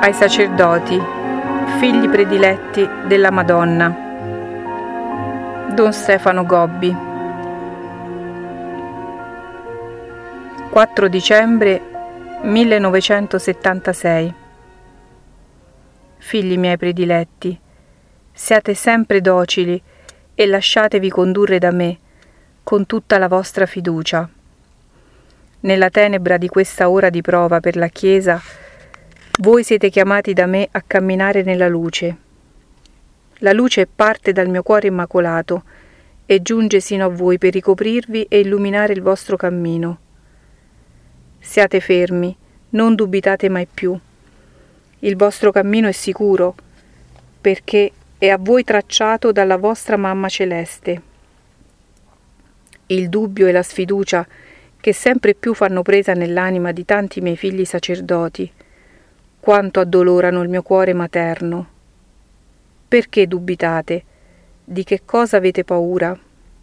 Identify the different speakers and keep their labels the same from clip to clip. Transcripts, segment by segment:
Speaker 1: ai sacerdoti, figli prediletti della Madonna. Don Stefano Gobbi. 4 dicembre 1976. Figli miei prediletti, siate sempre docili e lasciatevi condurre da me con tutta la vostra fiducia. Nella tenebra di questa ora di prova per la Chiesa, voi siete chiamati da me a camminare nella luce. La luce parte dal mio cuore immacolato e giunge sino a voi per ricoprirvi e illuminare il vostro cammino. Siate fermi, non dubitate mai più. Il vostro cammino è sicuro, perché è a voi tracciato dalla vostra Mamma Celeste. Il dubbio e la sfiducia che sempre più fanno presa nell'anima di tanti miei figli sacerdoti, quanto addolorano il mio cuore materno. Perché dubitate? Di che cosa avete paura?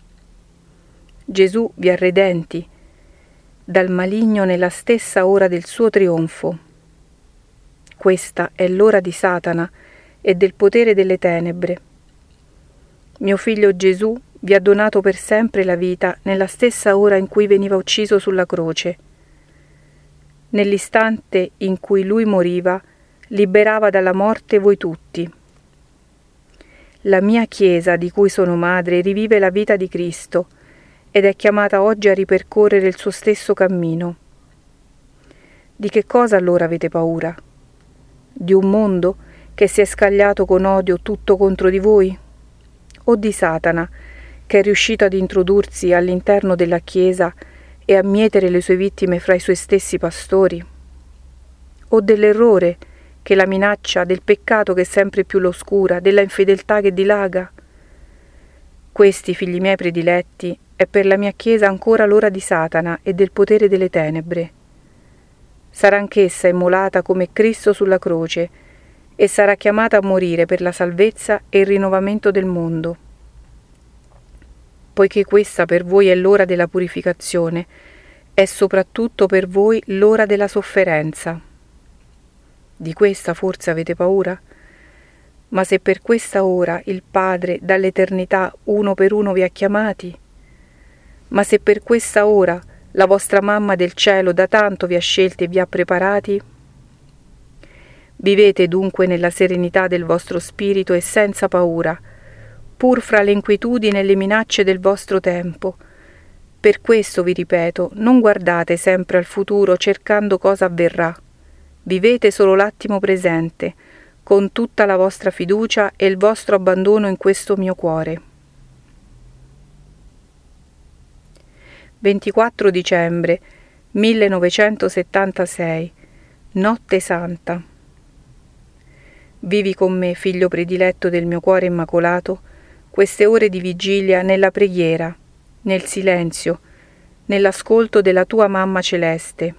Speaker 1: Gesù vi ha redenti dal maligno nella stessa ora del suo trionfo. Questa è l'ora di Satana e del potere delle tenebre. Mio figlio Gesù vi ha donato per sempre la vita nella stessa ora in cui veniva ucciso sulla croce. Nell'istante in cui lui moriva, liberava dalla morte voi tutti. La mia Chiesa, di cui sono madre, rivive la vita di Cristo ed è chiamata oggi a ripercorrere il suo stesso cammino. Di che cosa allora avete paura? Di un mondo che si è scagliato con odio tutto contro di voi? O di Satana, che è riuscito ad introdursi all'interno della Chiesa e a mietere le sue vittime fra i suoi stessi pastori? O dell'errore, che la minaccia, del peccato che sempre più lo oscura, della infedeltà che dilaga? Questi, figli miei prediletti, è per la mia Chiesa ancora l'ora di Satana e del potere delle tenebre. Sarà anch'essa immolata come Cristo sulla croce e sarà chiamata a morire per la salvezza e il rinnovamento del mondo. Poiché questa per voi è l'ora della purificazione, è soprattutto per voi l'ora della sofferenza. Di questa forse avete paura? Ma se per questa ora il Padre dall'eternità uno per uno vi ha chiamati? Ma se per questa ora la vostra Mamma del cielo da tanto vi ha scelti e vi ha preparati? Vivete dunque nella serenità del vostro spirito e senza paura, pur fra le inquietudini e le minacce del vostro tempo. Per questo vi ripeto, non guardate sempre al futuro cercando cosa avverrà. Vivete solo l'attimo presente, con tutta la vostra fiducia e il vostro abbandono in questo mio cuore. 24 dicembre 1976. Notte Santa. Vivi con me, figlio prediletto del mio cuore immacolato, queste ore di vigilia nella preghiera, nel silenzio, nell'ascolto della tua Mamma Celeste.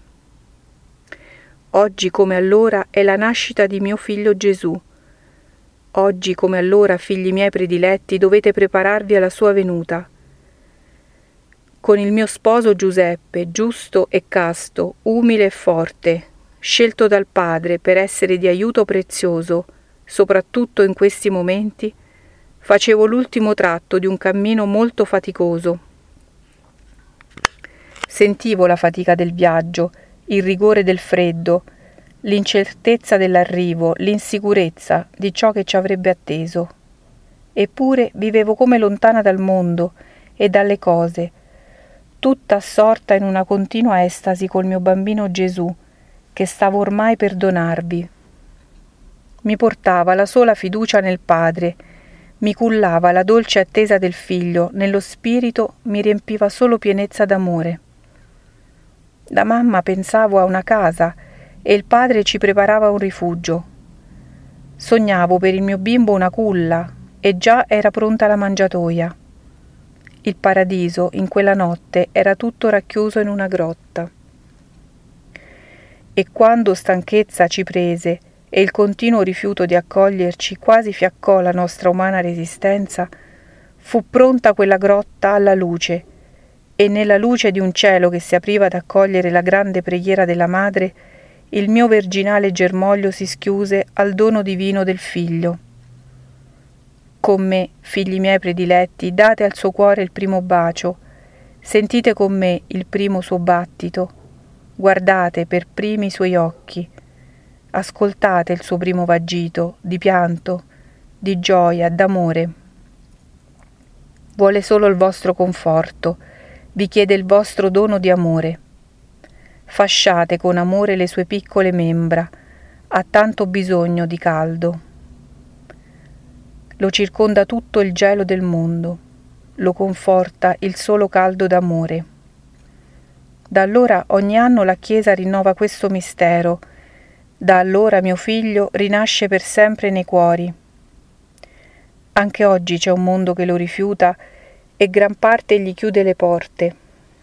Speaker 1: Oggi come allora è la nascita di mio figlio Gesù. Oggi come allora, figli miei prediletti, dovete prepararvi alla sua venuta. Con il mio sposo Giuseppe, giusto e casto, umile e forte, scelto dal Padre per essere di aiuto prezioso, soprattutto in questi momenti, facevo l'ultimo tratto di un cammino molto faticoso. Sentivo la fatica del viaggio, il rigore del freddo, l'incertezza dell'arrivo, l'insicurezza di ciò che ci avrebbe atteso. Eppure vivevo come lontana dal mondo e dalle cose, tutta assorta in una continua estasi col mio bambino Gesù, che stavo ormai per donarvi. Mi portava la sola fiducia nel Padre, mi cullava la dolce attesa del Figlio, nello spirito mi riempiva solo pienezza d'amore. Da mamma pensavo a una casa e il Padre ci preparava un rifugio. Sognavo per il mio bimbo una culla e già era pronta la mangiatoia. Il paradiso in quella notte era tutto racchiuso in una grotta. E quando stanchezza ci prese e il continuo rifiuto di accoglierci quasi fiaccò la nostra umana resistenza, fu pronta quella grotta alla luce, e nella luce di un cielo che si apriva ad accogliere la grande preghiera della Madre, il mio virginale germoglio si schiuse al dono divino del Figlio. Con me, figli miei prediletti, date al suo cuore il primo bacio, sentite con me il primo suo battito, guardate per primi i suoi occhi, ascoltate il suo primo vagito di pianto, di gioia, d'amore. Vuole solo il vostro conforto, vi chiede il vostro dono di amore. Fasciate con amore le sue piccole membra, ha tanto bisogno di caldo. Lo circonda tutto il gelo del mondo, lo conforta il solo caldo d'amore. Da allora ogni anno la Chiesa rinnova questo mistero, da allora mio figlio rinasce per sempre nei cuori. Anche oggi c'è un mondo che lo rifiuta e gran parte gli chiude le porte.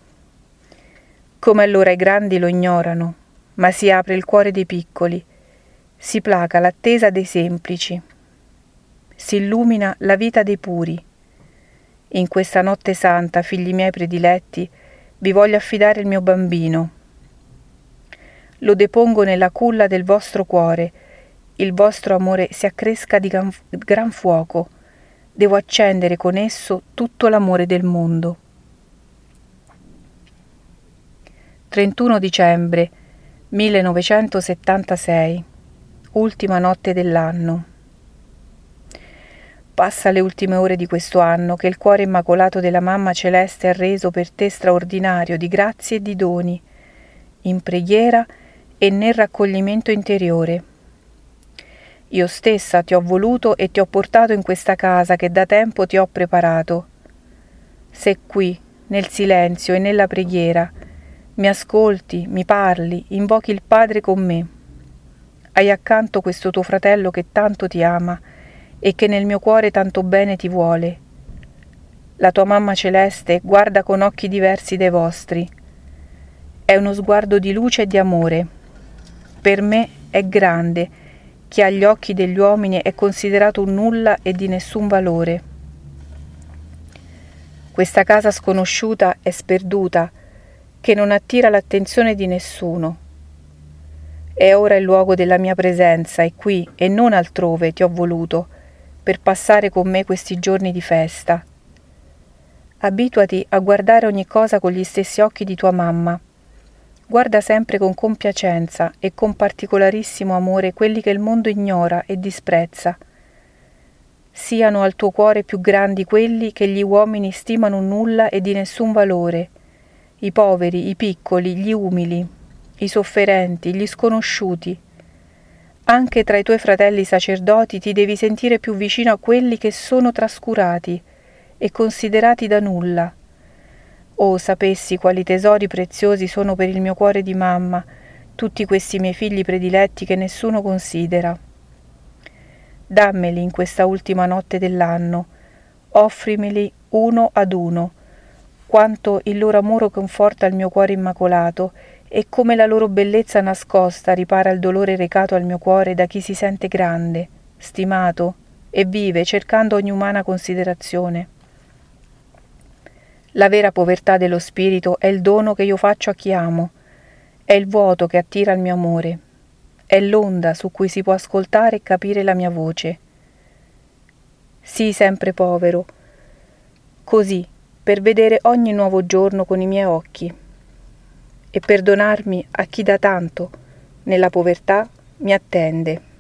Speaker 1: Come allora i grandi lo ignorano, ma si apre il cuore dei piccoli, si placa l'attesa dei semplici, si illumina la vita dei puri. In questa notte santa, figli miei prediletti, vi voglio affidare il mio bambino. Lo depongo nella culla del vostro cuore, il vostro amore si accresca di gran fuoco, devo accendere con esso tutto l'amore del mondo. 31 dicembre 1976, ultima notte dell'anno. Passa le ultime ore di questo anno che il cuore immacolato della Mamma Celeste ha reso per te straordinario di grazie e di doni, in preghiera e nel raccoglimento interiore. Io stessa ti ho voluto e ti ho portato in questa casa che da tempo ti ho preparato. Se qui, nel silenzio e nella preghiera, mi ascolti, mi parli, invochi il Padre con me. Hai accanto questo tuo fratello che tanto ti ama e che nel mio cuore tanto bene ti vuole. La tua Mamma Celeste guarda con occhi diversi dai vostri. È uno sguardo di luce e di amore. Per me è grande, che agli occhi degli uomini è considerato un nulla e di nessun valore. Questa casa sconosciuta è sperduta, che non attira l'attenzione di nessuno. È ora il luogo della mia presenza e qui e non altrove ti ho voluto, per passare con me questi giorni di festa. Abituati a guardare ogni cosa con gli stessi occhi di tua mamma. Guarda sempre con compiacenza e con particolarissimo amore quelli che il mondo ignora e disprezza. Siano al tuo cuore più grandi quelli che gli uomini stimano nulla e di nessun valore, i poveri, i piccoli, gli umili, i sofferenti, gli sconosciuti. Anche tra i tuoi fratelli sacerdoti ti devi sentire più vicino a quelli che sono trascurati e considerati da nulla. Oh, sapessi quali tesori preziosi sono per il mio cuore di mamma, tutti questi miei figli prediletti che nessuno considera. Dammeli in questa ultima notte dell'anno, offrimeli uno ad uno, quanto il loro amore conforta il mio cuore immacolato e come la loro bellezza nascosta ripara il dolore recato al mio cuore da chi si sente grande, stimato e vive cercando ogni umana considerazione. La vera povertà dello spirito è il dono che io faccio a chi amo, è il vuoto che attira il mio amore, è l'onda su cui si può ascoltare e capire la mia voce. Sii sempre povero, così, per vedere ogni nuovo giorno con i miei occhi e perdonarmi a chi da tanto, nella povertà, mi attende.